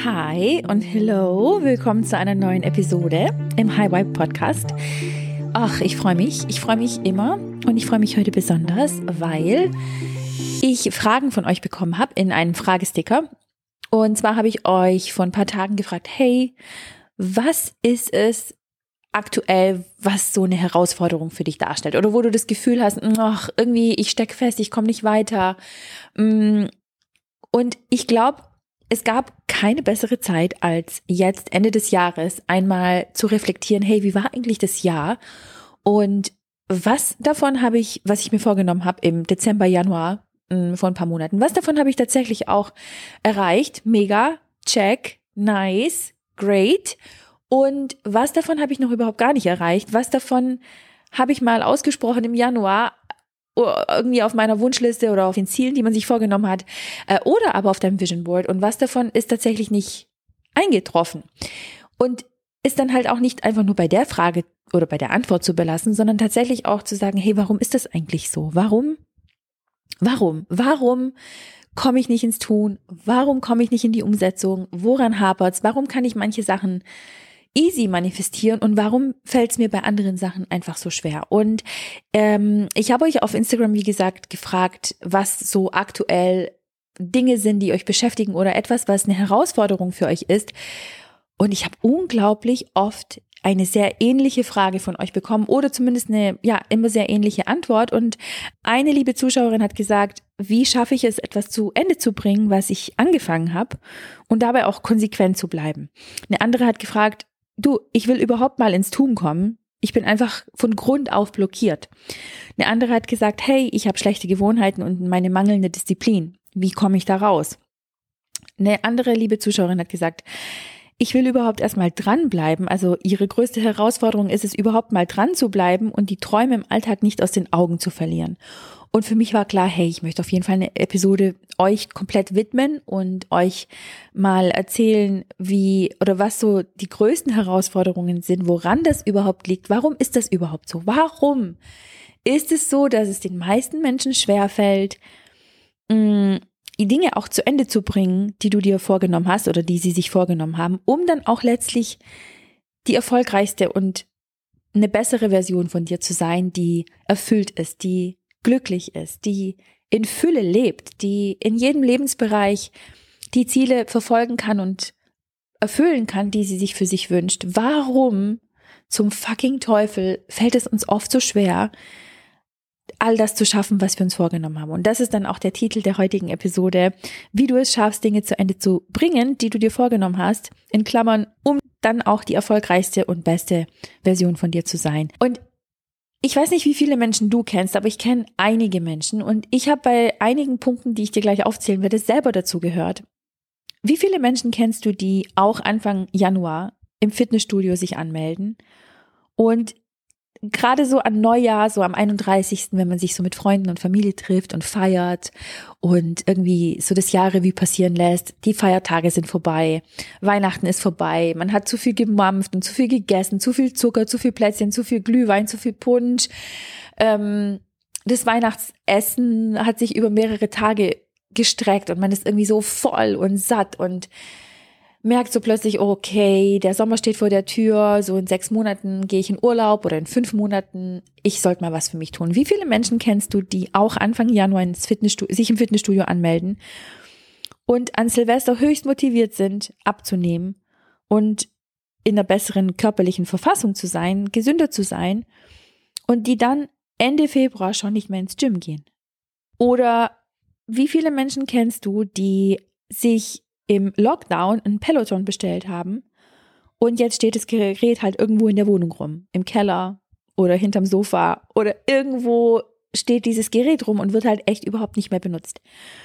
Hi und hello, willkommen zu einer neuen Episode im High Vibe Podcast. Ach, ich freue mich immer und ich freue mich heute besonders, weil ich Fragen von euch bekommen habe in einem Fragesticker. Und zwar habe ich euch vor ein paar Tagen gefragt, hey, was ist es aktuell, was so eine Herausforderung für dich darstellt? Oder wo du das Gefühl hast, ach, irgendwie, ich stecke fest, ich komme nicht weiter. Und ich glaube, es gab keine bessere Zeit als jetzt, Ende des Jahres, einmal zu reflektieren, hey, wie war eigentlich das Jahr? Und was davon habe ich, was ich mir vorgenommen habe im Dezember, Januar vor ein paar Monaten, was davon habe ich tatsächlich auch erreicht? Mega, check, nice, great. Und was davon habe ich noch überhaupt gar nicht erreicht? Was davon habe ich mal ausgesprochen im Januar, irgendwie auf meiner Wunschliste oder auf den Zielen, die man sich vorgenommen hat, oder aber auf deinem Vision Board, und was davon ist tatsächlich nicht eingetroffen. Und ist dann halt auch nicht einfach nur bei der Frage oder bei der Antwort zu belassen, sondern tatsächlich auch zu sagen, hey, warum ist das eigentlich so? Warum komme ich nicht ins Tun? Warum komme ich nicht in die Umsetzung? Woran hapert's? Warum kann ich manche Sachen easy manifestieren und warum fällt es mir bei anderen Sachen einfach so schwer? Und ich habe euch auf Instagram, wie gesagt, gefragt, was so aktuell Dinge sind, die euch beschäftigen oder etwas, was eine Herausforderung für euch ist. Und ich habe unglaublich oft eine sehr ähnliche Frage von euch bekommen oder zumindest eine, immer sehr ähnliche Antwort. Und eine liebe Zuschauerin hat gesagt, wie schaffe ich es, etwas zu Ende zu bringen, was ich angefangen habe und dabei auch konsequent zu bleiben. Eine andere hat gefragt, du, ich will überhaupt mal ins Tun kommen. Ich bin einfach von Grund auf blockiert. Eine andere hat gesagt, hey, ich habe schlechte Gewohnheiten und meine mangelnde Disziplin. Wie komme ich da raus? Eine andere liebe Zuschauerin hat gesagt, ich will überhaupt erstmal dranbleiben. Also ihre größte Herausforderung ist es, überhaupt mal dran zu bleiben und die Träume im Alltag nicht aus den Augen zu verlieren. Und für mich war klar, hey, ich möchte auf jeden Fall eine Episode euch komplett widmen und euch mal erzählen, wie oder was so die größten Herausforderungen sind, woran das überhaupt liegt. Warum ist das überhaupt so? Warum ist es so, dass es den meisten Menschen schwerfällt, die Dinge auch zu Ende zu bringen, die du dir vorgenommen hast oder die sie sich vorgenommen haben, um dann auch letztlich die erfolgreichste und eine bessere Version von dir zu sein, die erfüllt ist, die glücklich ist, die in Fülle lebt, die in jedem Lebensbereich die Ziele verfolgen kann und erfüllen kann, die sie sich für sich wünscht. Warum zum fucking Teufel fällt es uns oft so schwer, all das zu schaffen, was wir uns vorgenommen haben? Und das ist dann auch der Titel der heutigen Episode, wie du es schaffst, Dinge zu Ende zu bringen, die du dir vorgenommen hast, in Klammern, um dann auch die erfolgreichste und beste Version von dir zu sein. Und ich weiß nicht, wie viele Menschen du kennst, aber ich kenne einige Menschen und ich habe bei einigen Punkten, die ich dir gleich aufzählen werde, selber dazu gehört. Wie viele Menschen kennst du, die auch Anfang Januar im Fitnessstudio sich anmelden und gerade so an Neujahr, so am 31., wenn man sich so mit Freunden und Familie trifft und feiert und irgendwie so das Jahr Revue passieren lässt, die Feiertage sind vorbei, Weihnachten ist vorbei, man hat zu viel gemampft und zu viel gegessen, zu viel Zucker, zu viel Plätzchen, zu viel Glühwein, zu viel Punsch. Das Weihnachtsessen hat sich über mehrere Tage gestreckt und man ist irgendwie so voll und satt und merkt so plötzlich, okay, der Sommer steht vor der Tür, so in 6 Monaten gehe ich in Urlaub oder in 5 Monaten, ich sollte mal was für mich tun. Wie viele Menschen kennst du, die auch Anfang Januar sich im Fitnessstudio anmelden und an Silvester höchst motiviert sind, abzunehmen und in einer besseren körperlichen Verfassung zu sein, gesünder zu sein und die dann Ende Februar schon nicht mehr ins Gym gehen? Oder wie viele Menschen kennst du, die sich im Lockdown ein Peloton bestellt haben und jetzt steht das Gerät halt irgendwo in der Wohnung rum, im Keller oder hinterm Sofa oder irgendwo steht dieses Gerät rum und wird halt echt überhaupt nicht mehr benutzt?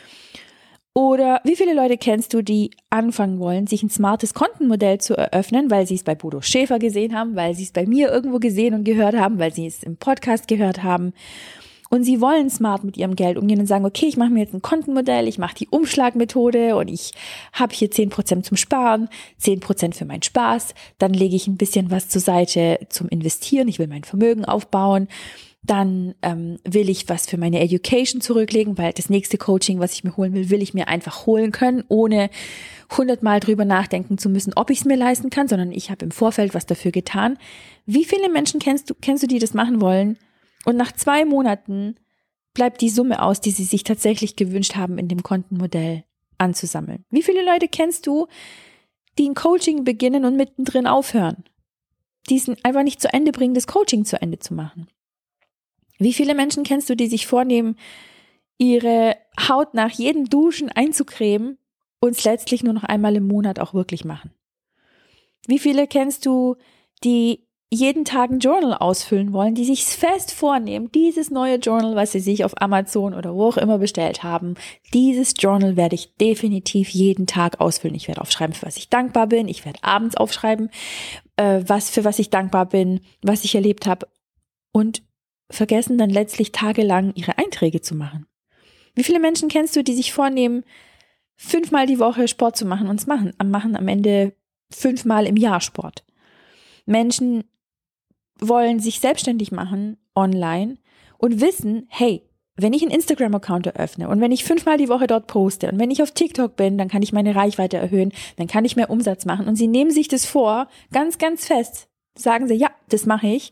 Oder wie viele Leute kennst du, die anfangen wollen, sich ein smartes Kontenmodell zu eröffnen, weil sie es bei Bodo Schäfer gesehen haben, weil sie es bei mir irgendwo gesehen und gehört haben, weil sie es im Podcast gehört haben? Und sie wollen smart mit ihrem Geld umgehen und sagen, okay, ich mache mir jetzt ein Kontenmodell, ich mache die Umschlagmethode und ich habe hier 10% zum Sparen, 10% für meinen Spaß, dann lege ich ein bisschen was zur Seite zum Investieren, ich will mein Vermögen aufbauen, Dann will ich was für meine Education zurücklegen, weil das nächste Coaching, was ich mir holen will ich mir einfach holen können, ohne 100-mal drüber nachdenken zu müssen, ob ich es mir leisten kann, sondern ich habe im Vorfeld was dafür getan. Wie viele Menschen kennst du, die das machen wollen? Und nach 2 Monaten bleibt die Summe aus, die sie sich tatsächlich gewünscht haben, in dem Kontenmodell anzusammeln. Wie viele Leute kennst du, die ein Coaching beginnen und mittendrin aufhören? Die es einfach nicht zu Ende bringen, das Coaching zu Ende zu machen. Wie viele Menschen kennst du, die sich vornehmen, ihre Haut nach jedem Duschen einzucremen und es letztlich nur noch einmal im Monat auch wirklich machen? Wie viele kennst du, die jeden Tag ein Journal ausfüllen wollen, die sich fest vornehmen, dieses neue Journal, was sie sich auf Amazon oder wo auch immer bestellt haben, dieses Journal werde ich definitiv jeden Tag ausfüllen. Ich werde aufschreiben, für was ich dankbar bin. Ich werde abends aufschreiben, für was ich dankbar bin, was ich erlebt habe, und vergessen dann letztlich tagelang ihre Einträge zu machen. Wie viele Menschen kennst du, die sich vornehmen, 5-mal die Woche Sport zu machen und machen am Ende 5-mal im Jahr Sport? Menschen wollen sich selbstständig machen online und wissen, hey, wenn ich einen Instagram-Account eröffne und wenn ich 5-mal die Woche dort poste und wenn ich auf TikTok bin, dann kann ich meine Reichweite erhöhen, dann kann ich mehr Umsatz machen. Und sie nehmen sich das vor, ganz, ganz fest. Sagen sie, ja, das mache ich.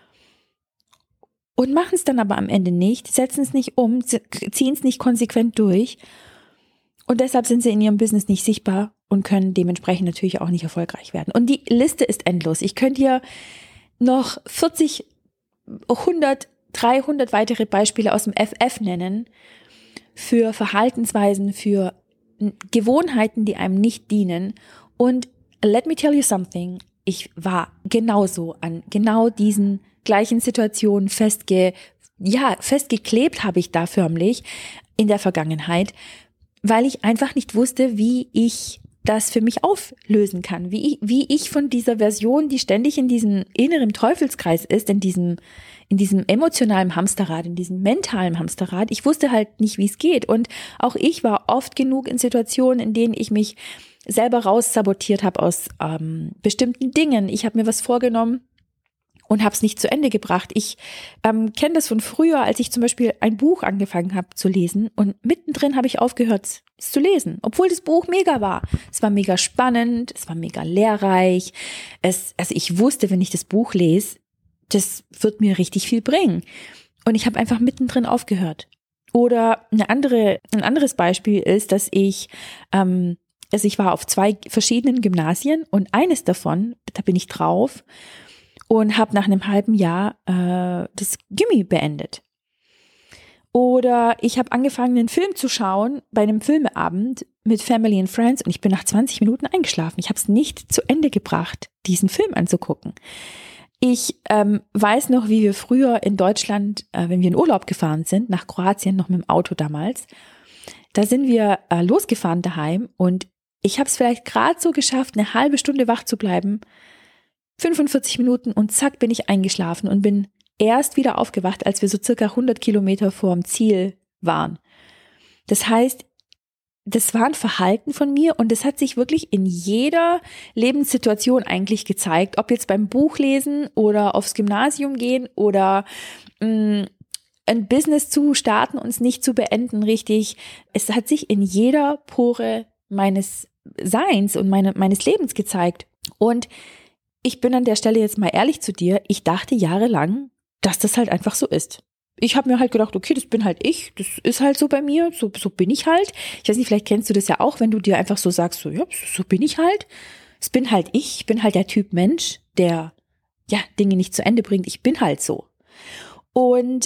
Und machen es dann aber am Ende nicht, setzen es nicht um, ziehen es nicht konsequent durch. Und deshalb sind sie in ihrem Business nicht sichtbar und können dementsprechend natürlich auch nicht erfolgreich werden. Und die Liste ist endlos. Ich könnte hier noch 40, 100, 300 weitere Beispiele aus dem FF nennen für Verhaltensweisen, für Gewohnheiten, die einem nicht dienen. Und let me tell you something, ich war genauso an genau diesen gleichen Situationen festgeklebt habe ich da förmlich in der Vergangenheit, weil ich einfach nicht wusste, wie ich das für mich auflösen kann, wie ich von dieser Version, die ständig in diesem inneren Teufelskreis ist, in diesem emotionalen Hamsterrad, in diesem mentalen Hamsterrad, ich wusste halt nicht, wie es geht. Und auch ich war oft genug in Situationen, in denen ich mich selber raussabotiert habe aus bestimmten Dingen. Ich habe mir was vorgenommen und habe es nicht zu Ende gebracht. Ich kenne das von früher, als ich zum Beispiel ein Buch angefangen habe zu lesen und mittendrin habe ich aufgehört, es zu lesen, obwohl das Buch mega war. Es war mega spannend, es war mega lehrreich. Also ich wusste, wenn ich das Buch lese, das wird mir richtig viel bringen. Und ich habe einfach mittendrin aufgehört. Oder ein anderes Beispiel ist, dass ich war auf 2 verschiedenen Gymnasien und eines davon, da bin ich drauf, und habe nach einem halben Jahr das Gymi beendet. Oder ich habe angefangen, einen Film zu schauen bei einem Filmeabend mit Family and Friends und ich bin nach 20 Minuten eingeschlafen. Ich habe es nicht zu Ende gebracht, diesen Film anzugucken. Ich weiß noch, wie wir früher in Deutschland, wenn wir in Urlaub gefahren sind, nach Kroatien, noch mit dem Auto damals, da sind wir losgefahren daheim und ich habe es vielleicht gerade so geschafft, eine halbe Stunde wach zu bleiben, 45 Minuten und zack bin ich eingeschlafen und bin erst wieder aufgewacht, als wir so circa 100 Kilometer vorm Ziel waren. Das heißt, das war ein Verhalten von mir und das hat sich wirklich in jeder Lebenssituation eigentlich gezeigt, ob jetzt beim Buchlesen oder aufs Gymnasium gehen oder ein Business zu starten und es nicht zu beenden, richtig. Es hat sich in jeder Pore meines Seins und meines Lebens gezeigt. Und ich bin an der Stelle jetzt mal ehrlich zu dir, ich dachte jahrelang, dass das halt einfach so ist. Ich habe mir halt gedacht, okay, das bin halt ich, das ist halt so bei mir, so bin ich halt. Ich weiß nicht, vielleicht kennst du das ja auch, wenn du dir einfach so sagst, so ja, so bin ich halt. Es bin halt ich bin halt der Typ Mensch, der ja Dinge nicht zu Ende bringt. Ich bin halt so. Und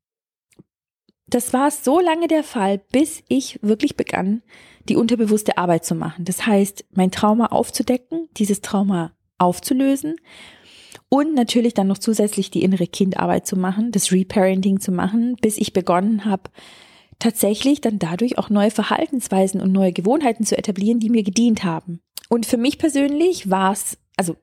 das war so lange der Fall, bis ich wirklich begann, die unterbewusste Arbeit zu machen. Das heißt, mein Trauma aufzudecken, dieses Trauma aufzulösen und natürlich dann noch zusätzlich die innere Kindarbeit zu machen, das Reparenting zu machen, bis ich begonnen habe, tatsächlich dann dadurch auch neue Verhaltensweisen und neue Gewohnheiten zu etablieren, die mir gedient haben. Und für mich persönlich war das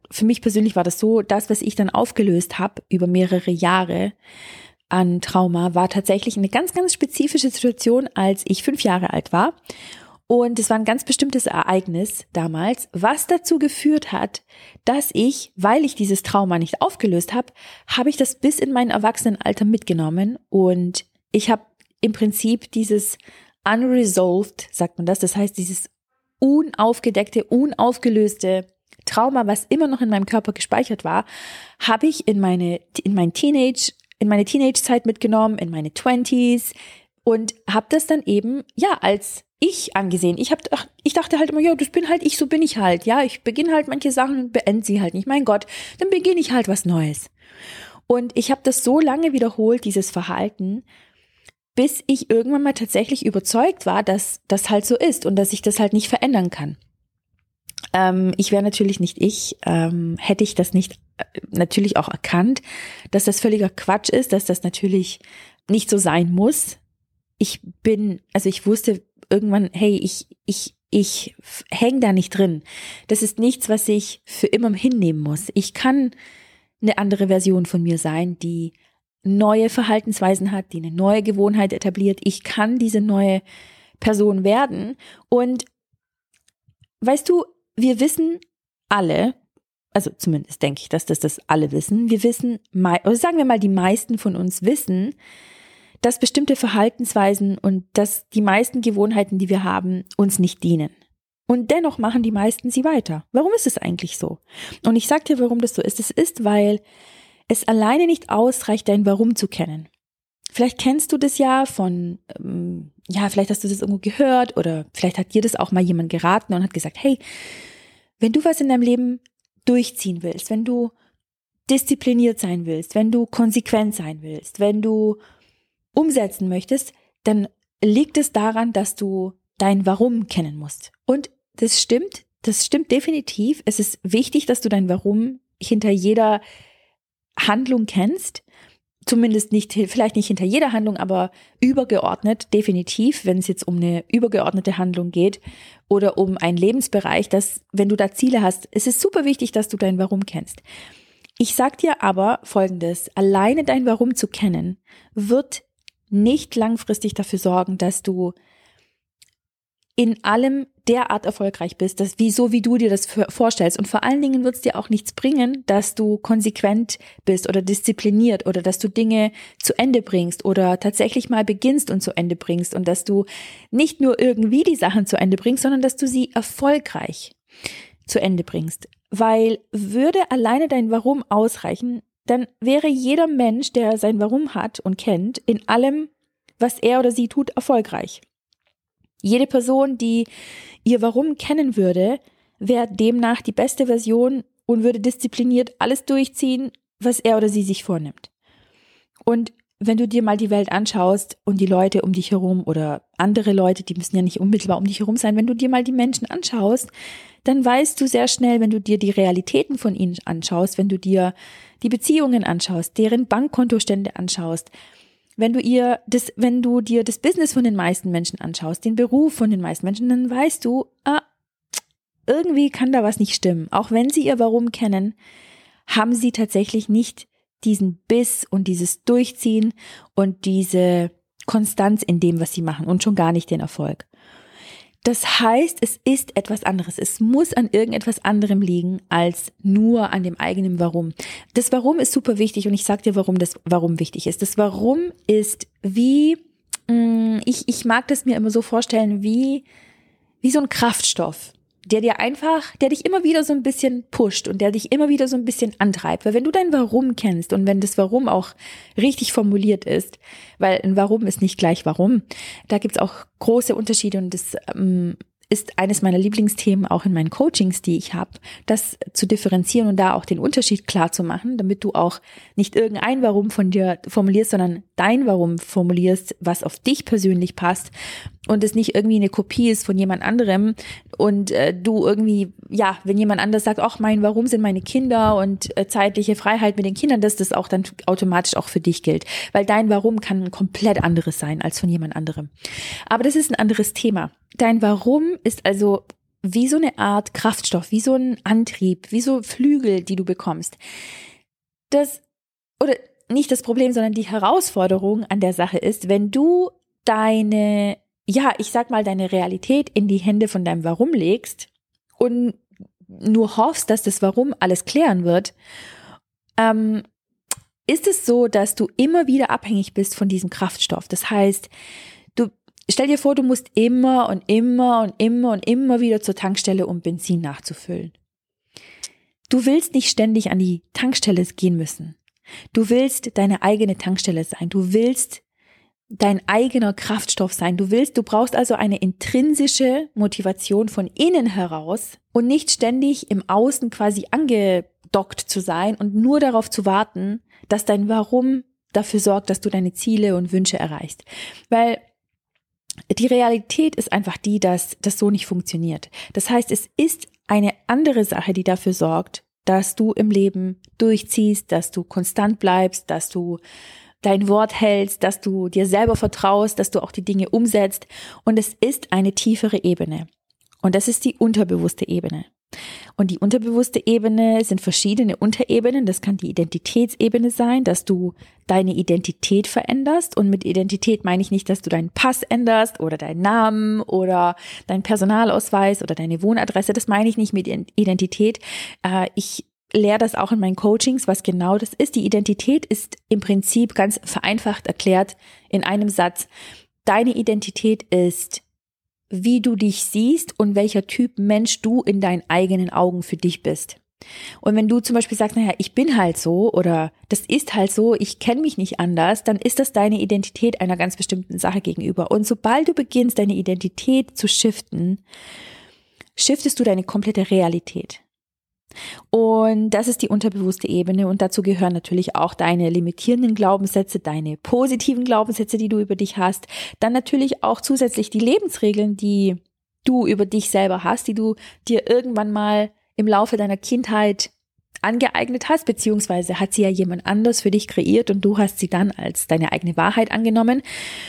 so, das, was ich dann aufgelöst habe über mehrere Jahre an Trauma, war tatsächlich eine ganz, ganz spezifische Situation, als ich 5 Jahre alt war Und es war ein ganz bestimmtes Ereignis damals, was dazu geführt hat, dass ich, weil ich dieses Trauma nicht aufgelöst habe, habe ich das bis in mein Erwachsenenalter mitgenommen. Und ich habe im Prinzip dieses unresolved, sagt man das, das heißt dieses unaufgedeckte, unaufgelöste Trauma, was immer noch in meinem Körper gespeichert war, habe ich in meine Teenage-Zeit mitgenommen, in meine 20s und habe das dann eben, ja, als ich angesehen. Ich dachte halt immer, ja, das bin halt ich, so bin ich halt. Ja, ich beginne halt manche Sachen und beende sie halt nicht. Mein Gott, dann beginne ich halt was Neues. Und ich habe das so lange wiederholt, dieses Verhalten, bis ich irgendwann mal tatsächlich überzeugt war, dass das halt so ist und dass ich das halt nicht verändern kann. Ich wäre natürlich nicht ich, hätte ich das nicht natürlich auch erkannt, dass das völliger Quatsch ist, dass das natürlich nicht so sein muss. Ich wusste irgendwann, hey, ich hänge da nicht drin. Das ist nichts, was ich für immer hinnehmen muss. Ich kann eine andere Version von mir sein, die neue Verhaltensweisen hat, die eine neue Gewohnheit etabliert. Ich kann diese neue Person werden. Und weißt du, wir wissen alle, also zumindest denke ich, dass das alle wissen, wir wissen, oder sagen wir mal, die meisten von uns wissen, dass bestimmte Verhaltensweisen und dass die meisten Gewohnheiten, die wir haben, uns nicht dienen. Und dennoch machen die meisten sie weiter. Warum ist es eigentlich so? Und ich sage dir, warum das so ist. Es ist, weil es alleine nicht ausreicht, dein Warum zu kennen. Vielleicht kennst du das ja von, vielleicht hast du das irgendwo gehört oder vielleicht hat dir das auch mal jemand geraten und hat gesagt, hey, wenn du was in deinem Leben durchziehen willst, wenn du diszipliniert sein willst, wenn du konsequent sein willst, wenn du umsetzen möchtest, dann liegt es daran, dass du dein Warum kennen musst. Und das stimmt definitiv. Es ist wichtig, dass du dein Warum hinter jeder Handlung kennst. Zumindest nicht, vielleicht nicht hinter jeder Handlung, aber übergeordnet, definitiv, wenn es jetzt um eine übergeordnete Handlung geht oder um einen Lebensbereich, dass, wenn du da Ziele hast, es ist super wichtig, dass du dein Warum kennst. Ich sag dir aber Folgendes, alleine dein Warum zu kennen, wird nicht langfristig dafür sorgen, dass du in allem derart erfolgreich bist, dass wie du dir das vorstellst. Und vor allen Dingen wird es dir auch nichts bringen, dass du konsequent bist oder diszipliniert oder dass du Dinge zu Ende bringst oder tatsächlich mal beginnst und zu Ende bringst und dass du nicht nur irgendwie die Sachen zu Ende bringst, sondern dass du sie erfolgreich zu Ende bringst. Weil würde alleine dein Warum ausreichen, dann wäre jeder Mensch, der sein Warum hat und kennt, in allem, was er oder sie tut, erfolgreich. Jede Person, die ihr Warum kennen würde, wäre demnach die beste Version und würde diszipliniert alles durchziehen, was er oder sie sich vornimmt. Und wenn du dir mal die Welt anschaust und die Leute um dich herum oder andere Leute, die müssen ja nicht unmittelbar um dich herum sein, wenn du dir mal die Menschen anschaust, dann weißt du sehr schnell, wenn du dir die Realitäten von ihnen anschaust, wenn du dir die Beziehungen anschaust, deren Bankkontostände anschaust, wenn du dir das Business von den meisten Menschen anschaust, den Beruf von den meisten Menschen, dann weißt du, irgendwie kann da was nicht stimmen. Auch wenn sie ihr Warum kennen, haben sie tatsächlich nicht diesen Biss und dieses Durchziehen und diese Konstanz in dem, was sie machen und schon gar nicht den Erfolg. Das heißt, es ist etwas anderes. Es muss an irgendetwas anderem liegen als nur an dem eigenen Warum. Das Warum ist super wichtig und ich sage dir, warum das Warum wichtig ist. Das Warum ist ich mag das mir immer so vorstellen, wie so ein Kraftstoff, der dich immer wieder so ein bisschen pusht und der dich immer wieder so ein bisschen antreibt. Weil wenn du dein Warum kennst und wenn das Warum auch richtig formuliert ist, weil ein Warum ist nicht gleich Warum, da gibt's auch große Unterschiede und das ist eines meiner Lieblingsthemen auch in meinen Coachings, die ich habe, das zu differenzieren und da auch den Unterschied klar zu machen, damit du auch nicht irgendein Warum von dir formulierst, sondern dein Warum formulierst, was auf dich persönlich passt und es nicht irgendwie eine Kopie ist von jemand anderem und du irgendwie, ja, wenn jemand anders sagt, ach, mein Warum sind meine Kinder und zeitliche Freiheit mit den Kindern, dass das auch dann automatisch auch für dich gilt, weil dein Warum kann ein komplett anderes sein als von jemand anderem. Aber das ist ein anderes Thema. Dein Warum ist also wie so eine Art Kraftstoff, wie so ein Antrieb, wie so Flügel, die du bekommst. Oder nicht das Problem, sondern die Herausforderung an der Sache ist, wenn du deine ja, ich sag mal, deine Realität in die Hände von deinem Warum legst und nur hoffst, dass das Warum alles klären wird, ist es so, dass du immer wieder abhängig bist von diesem Kraftstoff. Das heißt, stell dir vor, du musst immer und immer und immer und immer wieder zur Tankstelle, um Benzin nachzufüllen. Du willst nicht ständig an die Tankstelle gehen müssen. Du willst deine eigene Tankstelle sein. Du willst dein eigener Kraftstoff sein. Du brauchst also eine intrinsische Motivation von innen heraus und nicht ständig im Außen quasi angedockt zu sein und nur darauf zu warten, dass dein Warum dafür sorgt, dass du deine Ziele und Wünsche erreichst. Weil die Realität ist einfach die, dass das so nicht funktioniert. Das heißt, es ist eine andere Sache, die dafür sorgt, dass du im Leben durchziehst, dass du konstant bleibst, dass du dein Wort hältst, dass du dir selber vertraust, dass du auch die Dinge umsetzt. Und es ist eine tiefere Ebene. Und das ist die unterbewusste Ebene. Und die unterbewusste Ebene sind verschiedene Unterebenen. Das kann die Identitätsebene sein, dass du deine Identität veränderst. Und mit Identität meine ich nicht, dass du deinen Pass änderst oder deinen Namen oder deinen Personalausweis oder deine Wohnadresse. Das meine ich nicht mit Identität. Ich lehre das auch in meinen Coachings, was genau das ist. Die Identität ist im Prinzip ganz vereinfacht erklärt in einem Satz. Deine Identität ist, wie du dich siehst und welcher Typ Mensch du in deinen eigenen Augen für dich bist. Und wenn du zum Beispiel sagst, naja, ich bin halt so oder das ist halt so, ich kenne mich nicht anders, dann ist das deine Identität einer ganz bestimmten Sache gegenüber. Und sobald du beginnst, deine Identität zu shiften, shiftest du deine komplette Realität. Und das ist die unterbewusste Ebene und dazu gehören natürlich auch deine limitierenden Glaubenssätze, deine positiven Glaubenssätze, die du über dich hast, dann natürlich auch zusätzlich die Lebensregeln, die du über dich selber hast, die du dir irgendwann mal im Laufe deiner Kindheit angeeignet hast, beziehungsweise hat sie ja jemand anders für dich kreiert und du hast sie dann als deine eigene Wahrheit angenommen.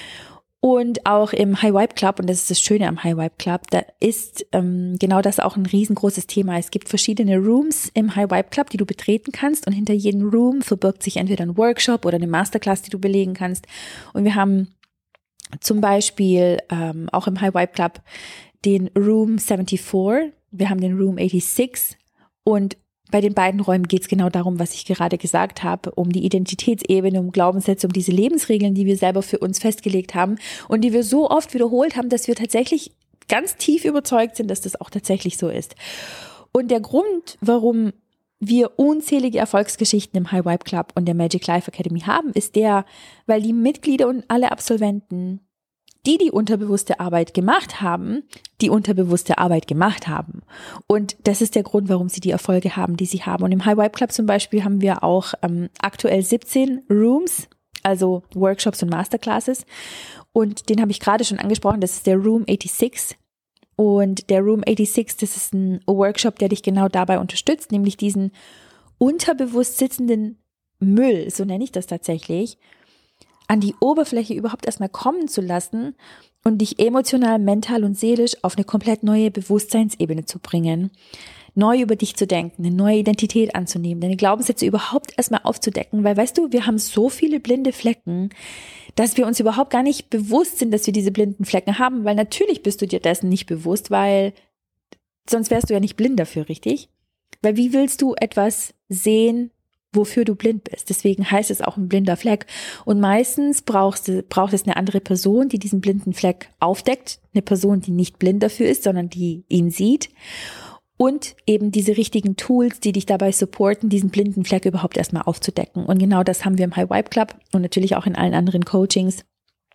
Und auch im High Vibe Club, und das ist das Schöne am High Vibe Club, da ist genau das auch ein riesengroßes Thema. Es gibt verschiedene Rooms im High Vibe Club, die du betreten kannst und hinter jedem Room verbirgt sich entweder ein Workshop oder eine Masterclass, die du belegen kannst. Und wir haben zum Beispiel auch im High Vibe Club den Room 74, wir haben den Room 86 und bei den beiden Räumen geht es genau darum, was ich gerade gesagt habe, um die Identitätsebene, um Glaubenssätze, um diese Lebensregeln, die wir selber für uns festgelegt haben und die wir so oft wiederholt haben, dass wir tatsächlich ganz tief überzeugt sind, dass das auch tatsächlich so ist. Und der Grund, warum wir unzählige Erfolgsgeschichten im High Vibe Club und der Magic Life Academy haben, ist weil die Mitglieder und alle Absolventen, die unterbewusste Arbeit gemacht haben, die unterbewusste Arbeit gemacht haben. Und das ist der Grund, warum sie die Erfolge haben, die sie haben. Und im High Vibe Club zum Beispiel haben wir auch aktuell 17 Rooms, also Workshops und Masterclasses. Und den habe ich gerade schon angesprochen, das ist der Room 86. Und der Room 86, das ist ein Workshop, der dich genau dabei unterstützt, nämlich diesen unterbewusst sitzenden Müll, so nenne ich das tatsächlich, an die Oberfläche überhaupt erstmal kommen zu lassen und dich emotional, mental und seelisch auf eine komplett neue Bewusstseinsebene zu bringen, neu über dich zu denken, eine neue Identität anzunehmen, deine Glaubenssätze überhaupt erstmal aufzudecken, weil weißt du, wir haben so viele blinde Flecken, dass wir uns überhaupt gar nicht bewusst sind, dass wir diese blinden Flecken haben, weil natürlich bist du dir dessen nicht bewusst, weil sonst wärst du ja nicht blind dafür, richtig? Weil wie willst du etwas sehen, wofür du blind bist? Deswegen heißt es auch ein blinder Fleck. Und meistens braucht es eine andere Person, die diesen blinden Fleck aufdeckt. Eine Person, die nicht blind dafür ist, sondern die ihn sieht. Und eben diese richtigen Tools, die dich dabei supporten, diesen blinden Fleck überhaupt erstmal aufzudecken. Und genau das haben wir im High Vibe Club und natürlich auch in allen anderen Coachings.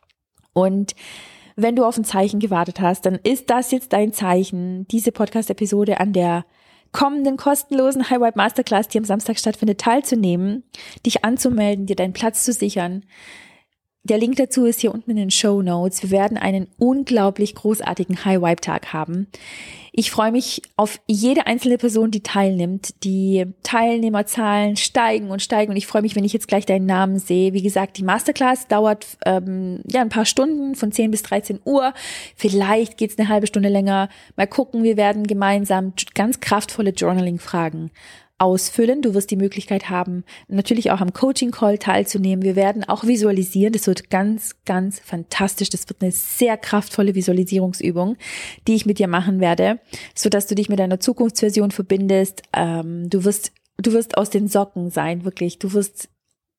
Und wenn du auf ein Zeichen gewartet hast, dann ist das jetzt dein Zeichen, diese Podcast-Episode an der kommenden kostenlosen High Vibe Masterclass, die am Samstag stattfindet, teilzunehmen, dich anzumelden, dir deinen Platz zu sichern. Der Link dazu ist hier unten in den Shownotes. Wir werden einen unglaublich großartigen High Vibe Tag haben. Ich freue mich auf jede einzelne Person, die teilnimmt. Die Teilnehmerzahlen steigen und steigen und ich freue mich, wenn ich jetzt gleich deinen Namen sehe. Wie gesagt, die Masterclass dauert ein paar Stunden von 10 bis 13 Uhr. Vielleicht geht's eine halbe Stunde länger. Mal gucken, wir werden gemeinsam ganz kraftvolle Journaling-Fragen ausfüllen. Du wirst die Möglichkeit haben, natürlich auch am Coaching-Call teilzunehmen. Wir werden auch visualisieren. Das wird ganz, ganz fantastisch. Das wird eine sehr kraftvolle Visualisierungsübung, die ich mit dir machen werde, sodass du dich mit deiner Zukunftsversion verbindest. Du wirst aus den Socken sein, wirklich. Du wirst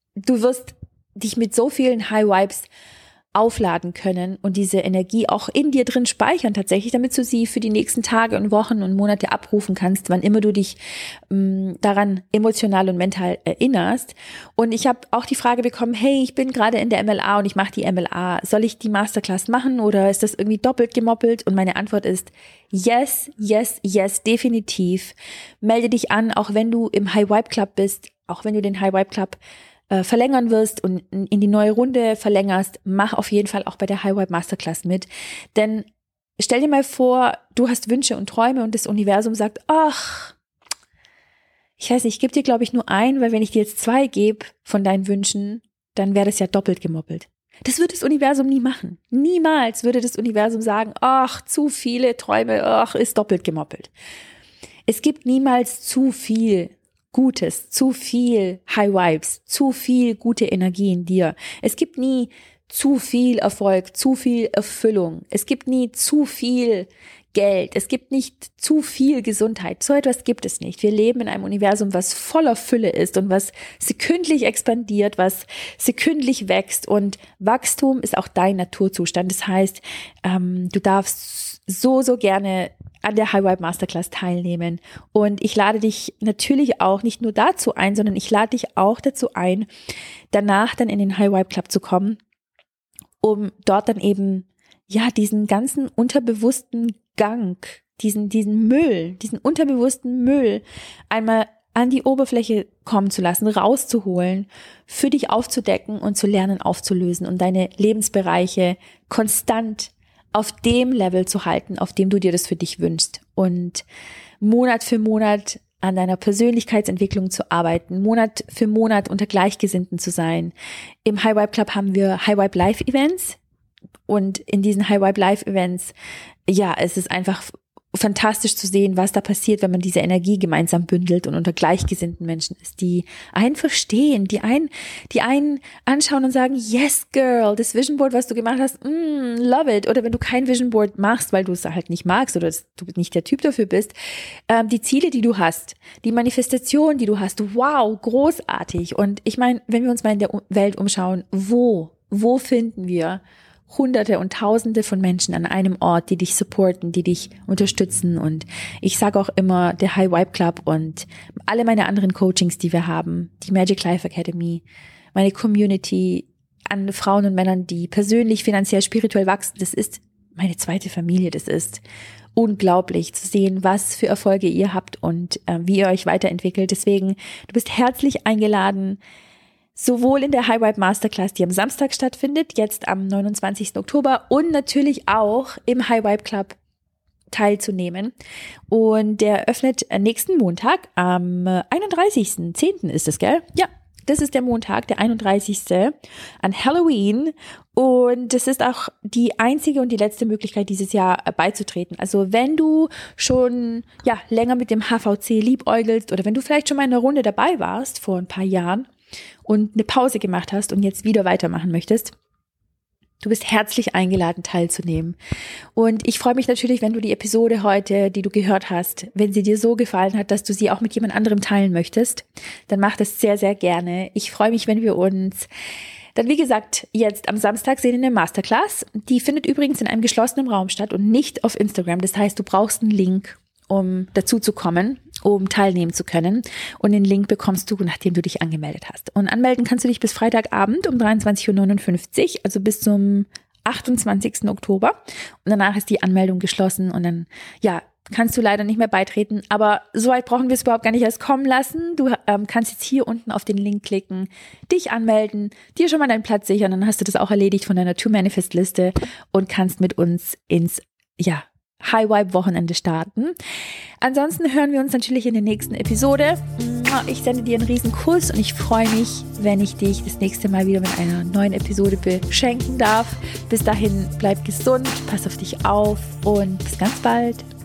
dich mit so vielen High Vibes aufladen können und diese Energie auch in dir drin speichern tatsächlich, damit du sie für die nächsten Tage und Wochen und Monate abrufen kannst, wann immer du dich daran emotional und mental erinnerst. Und ich habe auch die Frage bekommen, hey, ich bin gerade in der MLA und ich mache die MLA. Soll ich die Masterclass machen oder ist das irgendwie doppelt gemoppelt? Und meine Antwort ist yes, yes, yes, definitiv. Melde dich an, auch wenn du im High Vibe Club bist, auch wenn du den High Vibe Club verlängern wirst und in die neue Runde verlängerst, mach auf jeden Fall auch bei der High Vibe Masterclass mit. Denn stell dir mal vor, du hast Wünsche und Träume und das Universum sagt, ach, ich weiß nicht, ich gebe dir, glaube ich, nur ein, weil wenn ich dir jetzt 2 gebe von deinen Wünschen, dann wäre das ja doppelt gemoppelt. Das würde das Universum nie machen. Niemals würde das Universum sagen, ach, zu viele Träume, ach, ist doppelt gemoppelt. Es gibt niemals zu viel Gutes, zu viel High Vibes, zu viel gute Energie in dir. Es gibt nie zu viel Erfolg, zu viel Erfüllung. Es gibt nie zu viel Geld. Es gibt nicht zu viel Gesundheit. So etwas gibt es nicht. Wir leben in einem Universum, was voller Fülle ist und was sekündlich expandiert, was sekündlich wächst. Und Wachstum ist auch dein Naturzustand. Das heißt, du darfst so gerne an der High Vibe Masterclass teilnehmen. Und ich lade dich natürlich auch nicht nur dazu ein, sondern ich lade dich auch dazu ein, danach dann in den High Vibe Club zu kommen, um dort dann eben, ja, diesen ganzen unterbewussten Gang, diesen Müll, diesen unterbewussten Müll einmal an die Oberfläche kommen zu lassen, rauszuholen, für dich aufzudecken und zu lernen aufzulösen und deine Lebensbereiche konstant auf dem Level zu halten, auf dem du dir das für dich wünschst und Monat für Monat an deiner Persönlichkeitsentwicklung zu arbeiten, Monat für Monat unter Gleichgesinnten zu sein. Im High Vibe Club haben wir High Vibe Live Events und in diesen High Vibe Live Events, ja, es ist einfach fantastisch zu sehen, was da passiert, wenn man diese Energie gemeinsam bündelt und unter gleichgesinnten Menschen ist, die einen verstehen, die einen anschauen und sagen, yes girl, das Vision Board, was du gemacht hast, love it. Oder wenn du kein Vision Board machst, weil du es halt nicht magst oder du nicht der Typ dafür bist, die Ziele, die du hast, die Manifestation, die du hast, wow, großartig. Und ich meine, wenn wir uns mal in der Welt umschauen, wo finden wir Hunderte und Tausende von Menschen an einem Ort, die dich supporten, die dich unterstützen. Und ich sage auch immer, der High Vibe Club und alle meine anderen Coachings, die wir haben, die Magic Life Academy, meine Community an Frauen und Männern, die persönlich, finanziell, spirituell wachsen, das ist meine zweite Familie. Das ist unglaublich zu sehen, was für Erfolge ihr habt und wie ihr euch weiterentwickelt. Deswegen, du bist herzlich eingeladen, sowohl in der High Vibe Masterclass, die am Samstag stattfindet, jetzt am 29. Oktober und natürlich auch im High Vibe Club teilzunehmen. Und der öffnet nächsten Montag am 31.10. ist es, gell? Ja, das ist der Montag, der 31. an Halloween. Und das ist auch die einzige und die letzte Möglichkeit, dieses Jahr beizutreten. Also wenn du schon länger mit dem HVC liebäugelst oder wenn du vielleicht schon mal in einer Runde dabei warst vor ein paar Jahren, und eine Pause gemacht hast und jetzt wieder weitermachen möchtest, du bist herzlich eingeladen, teilzunehmen. Und ich freue mich natürlich, wenn du die Episode heute, die du gehört hast, wenn sie dir so gefallen hat, dass du sie auch mit jemand anderem teilen möchtest, dann mach das sehr, sehr gerne. Ich freue mich, wenn wir uns dann, wie gesagt, jetzt am Samstag sehen in der Masterclass. Die findet übrigens in einem geschlossenen Raum statt und nicht auf Instagram. Das heißt, du brauchst einen Link, um dazu zu kommen, um teilnehmen zu können. Und den Link bekommst du, nachdem du dich angemeldet hast. Und anmelden kannst du dich bis Freitagabend um 23.59 Uhr, also bis zum 28. Oktober. Und danach ist die Anmeldung geschlossen und dann, kannst du leider nicht mehr beitreten. Aber so weit brauchen wir es überhaupt gar nicht erst kommen lassen. Du kannst jetzt hier unten auf den Link klicken, dich anmelden, dir schon mal deinen Platz sichern. Dann hast du das auch erledigt von deiner To-Manifest-Liste und kannst mit uns ins, High Vibe Wochenende starten. Ansonsten hören wir uns natürlich in der nächsten Episode. Ich sende dir einen riesen Kuss und ich freue mich, wenn ich dich das nächste Mal wieder mit einer neuen Episode beschenken darf. Bis dahin, bleib gesund, pass auf dich auf und bis ganz bald.